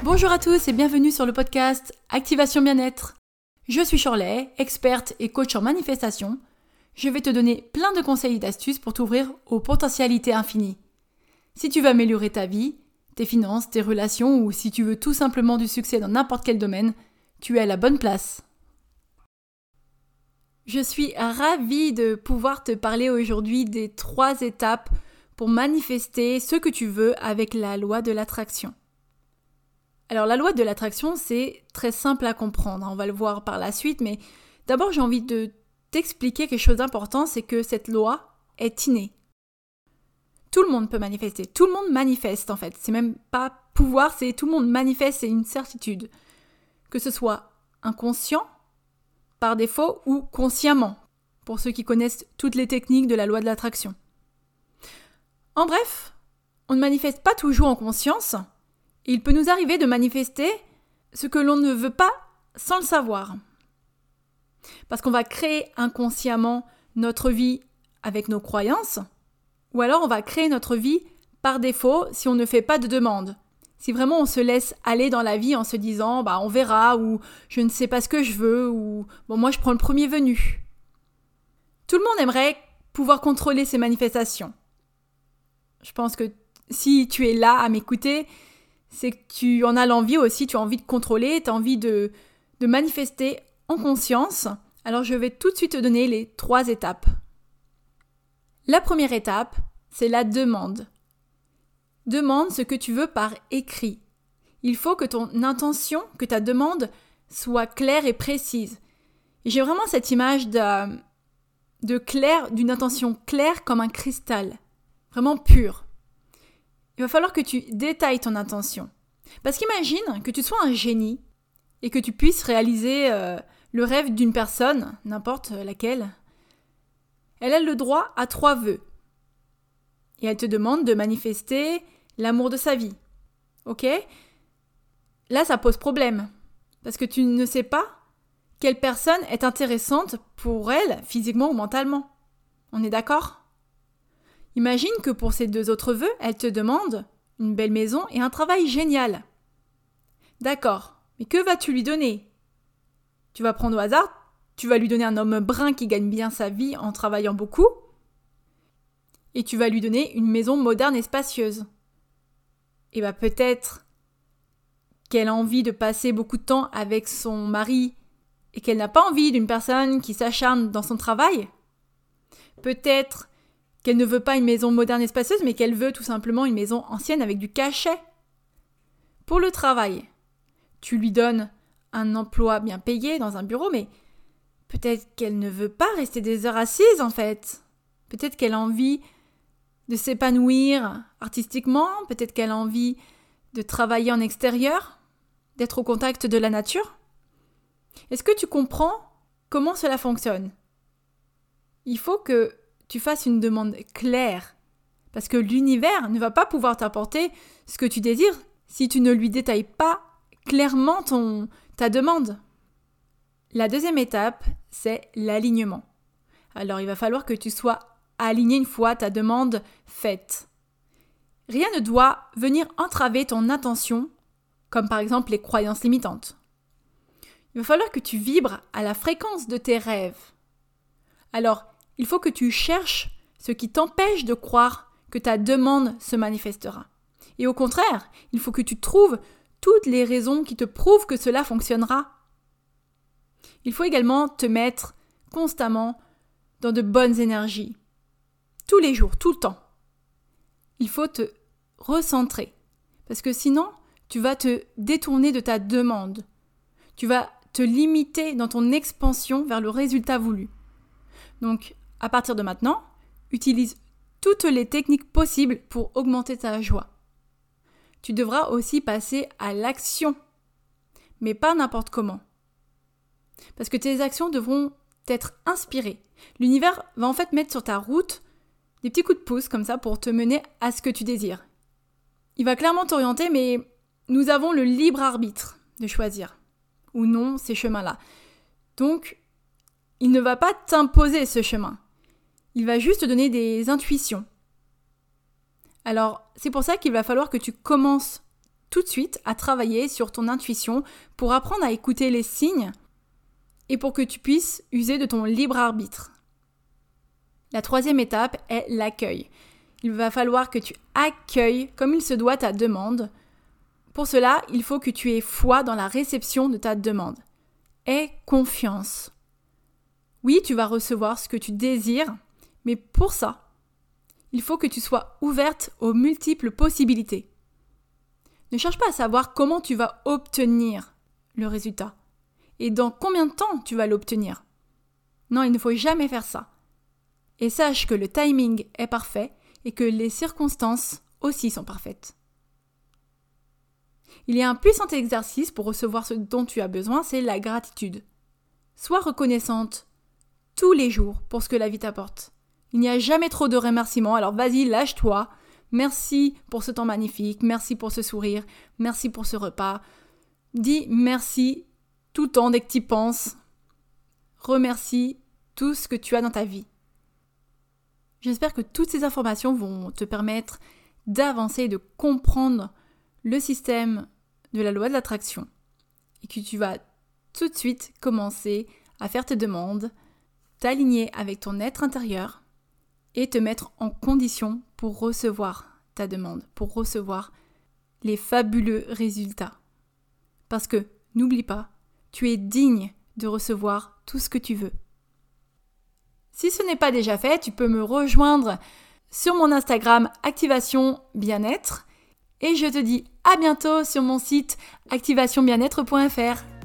Bonjour à tous et bienvenue sur le podcast Activation Bien-être. Je suis Shirley, experte et coach en manifestation. Je vais te donner plein de conseils et d'astuces pour t'ouvrir aux potentialités infinies. Si tu veux améliorer ta vie, tes finances, tes relations ou si tu veux tout simplement du succès dans n'importe quel domaine, tu es à la bonne place. Je suis ravie de pouvoir te parler aujourd'hui des 3 étapes pour manifester ce que tu veux avec la loi de l'attraction. Alors la loi de l'attraction, c'est très simple à comprendre, on va le voir par la suite, mais d'abord j'ai envie de t'expliquer quelque chose d'important, c'est que cette loi est innée. Tout le monde peut manifester, tout le monde manifeste en fait, c'est même pas pouvoir, c'est tout le monde manifeste, c'est une certitude. Que ce soit inconscient, par défaut ou consciemment, pour ceux qui connaissent toutes les techniques de la loi de l'attraction. En bref, on ne manifeste pas toujours en conscience. Il peut nous arriver de manifester ce que l'on ne veut pas sans le savoir. Parce qu'on va créer inconsciemment notre vie avec nos croyances, ou alors on va créer notre vie par défaut si on ne fait pas de demande. Si vraiment on se laisse aller dans la vie en se disant « on verra » ou « je ne sais pas ce que je veux » ou « moi je prends le premier venu ». Tout le monde aimerait pouvoir contrôler ses manifestations. Je pense que si tu es là à m'écouter, c'est que tu en as l'envie aussi, tu as envie de contrôler, tu as envie de manifester en conscience. Alors je vais tout de suite te donner les 3 étapes. La première étape, c'est la demande. Demande ce que tu veux par écrit. Il faut que ton intention, que ta demande soit claire et précise. Et j'ai vraiment cette image d'une intention claire comme un cristal, vraiment pur. Il va falloir que tu détailles ton intention. Parce qu'imagine que tu sois un génie et que tu puisses réaliser le rêve d'une personne, n'importe laquelle. Elle a le droit à 3 vœux. Et elle te demande de manifester l'amour de sa vie. Ok ? Là, ça pose problème. Parce que tu ne sais pas quelle personne est intéressante pour elle, physiquement ou mentalement. On est d'accord ? Imagine que pour ces 2 autres vœux, elle te demande une belle maison et un travail génial. D'accord, mais que vas-tu lui donner ? Tu vas prendre au hasard, tu vas lui donner un homme brun qui gagne bien sa vie en travaillant beaucoup, et tu vas lui donner une maison moderne et spacieuse. Et peut-être qu'elle a envie de passer beaucoup de temps avec son mari et qu'elle n'a pas envie d'une personne qui s'acharne dans son travail. Peut-être qu'elle ne veut pas une maison moderne et spacieuse, mais qu'elle veut tout simplement une maison ancienne avec du cachet. Pour le travail, tu lui donnes un emploi bien payé dans un bureau, mais peut-être qu'elle ne veut pas rester des heures assise en fait. Peut-être qu'elle a envie de s'épanouir artistiquement, peut-être qu'elle a envie de travailler en extérieur, d'être au contact de la nature. Est-ce que tu comprends comment cela fonctionne ? Il faut que tu fasses une demande claire, parce que l'univers ne va pas pouvoir t'apporter ce que tu désires si tu ne lui détailles pas clairement ta demande. La deuxième étape, c'est l'alignement. Alors il va falloir que tu sois aligné une fois ta demande faite. Rien ne doit venir entraver ton intention, comme par exemple les croyances limitantes. Il va falloir que tu vibres à la fréquence de tes rêves. Alors, il faut que tu cherches ce qui t'empêche de croire que ta demande se manifestera. Et au contraire, il faut que tu trouves toutes les raisons qui te prouvent que cela fonctionnera. Il faut également te mettre constamment dans de bonnes énergies. Tous les jours, tout le temps. Il faut te recentrer. Parce que sinon, tu vas te détourner de ta demande. Tu vas te limiter dans ton expansion vers le résultat voulu. Donc, à partir de maintenant, utilise toutes les techniques possibles pour augmenter ta joie. Tu devras aussi passer à l'action, mais pas n'importe comment. Parce que tes actions devront être inspirées. L'univers va en fait mettre sur ta route des petits coups de pouce comme ça pour te mener à ce que tu désires. Il va clairement t'orienter, mais nous avons le libre arbitre de choisir ou non ces chemins-là. Donc, il ne va pas t'imposer ce chemin. Il va juste te donner des intuitions. Alors, c'est pour ça qu'il va falloir que tu commences tout de suite à travailler sur ton intuition pour apprendre à écouter les signes et pour que tu puisses user de ton libre arbitre. La troisième étape est l'accueil. Il va falloir que tu accueilles comme il se doit ta demande. Pour cela, il faut que tu aies foi dans la réception de ta demande. Aie confiance. Oui, tu vas recevoir ce que tu désires, mais pour ça, il faut que tu sois ouverte aux multiples possibilités. Ne cherche pas à savoir comment tu vas obtenir le résultat et dans combien de temps tu vas l'obtenir. Non, il ne faut jamais faire ça. Et sache que le timing est parfait et que les circonstances aussi sont parfaites. Il y a un puissant exercice pour recevoir ce dont tu as besoin, c'est la gratitude. Sois reconnaissante tous les jours pour ce que la vie t'apporte. Il n'y a jamais trop de remerciements, alors vas-y, lâche-toi. Merci pour ce temps magnifique, merci pour ce sourire, merci pour ce repas. Dis merci tout le temps dès que tu y penses. Remercie tout ce que tu as dans ta vie. J'espère que toutes ces informations vont te permettre d'avancer et de comprendre le système de la loi de l'attraction et que tu vas tout de suite commencer à faire tes demandes, t'aligner avec ton être intérieur et te mettre en condition pour recevoir ta demande, pour recevoir les fabuleux résultats. Parce que, n'oublie pas, tu es digne de recevoir tout ce que tu veux. Si ce n'est pas déjà fait, tu peux me rejoindre sur mon Instagram Activation Bien-être et je te dis à bientôt sur mon site activationbienêtre.fr.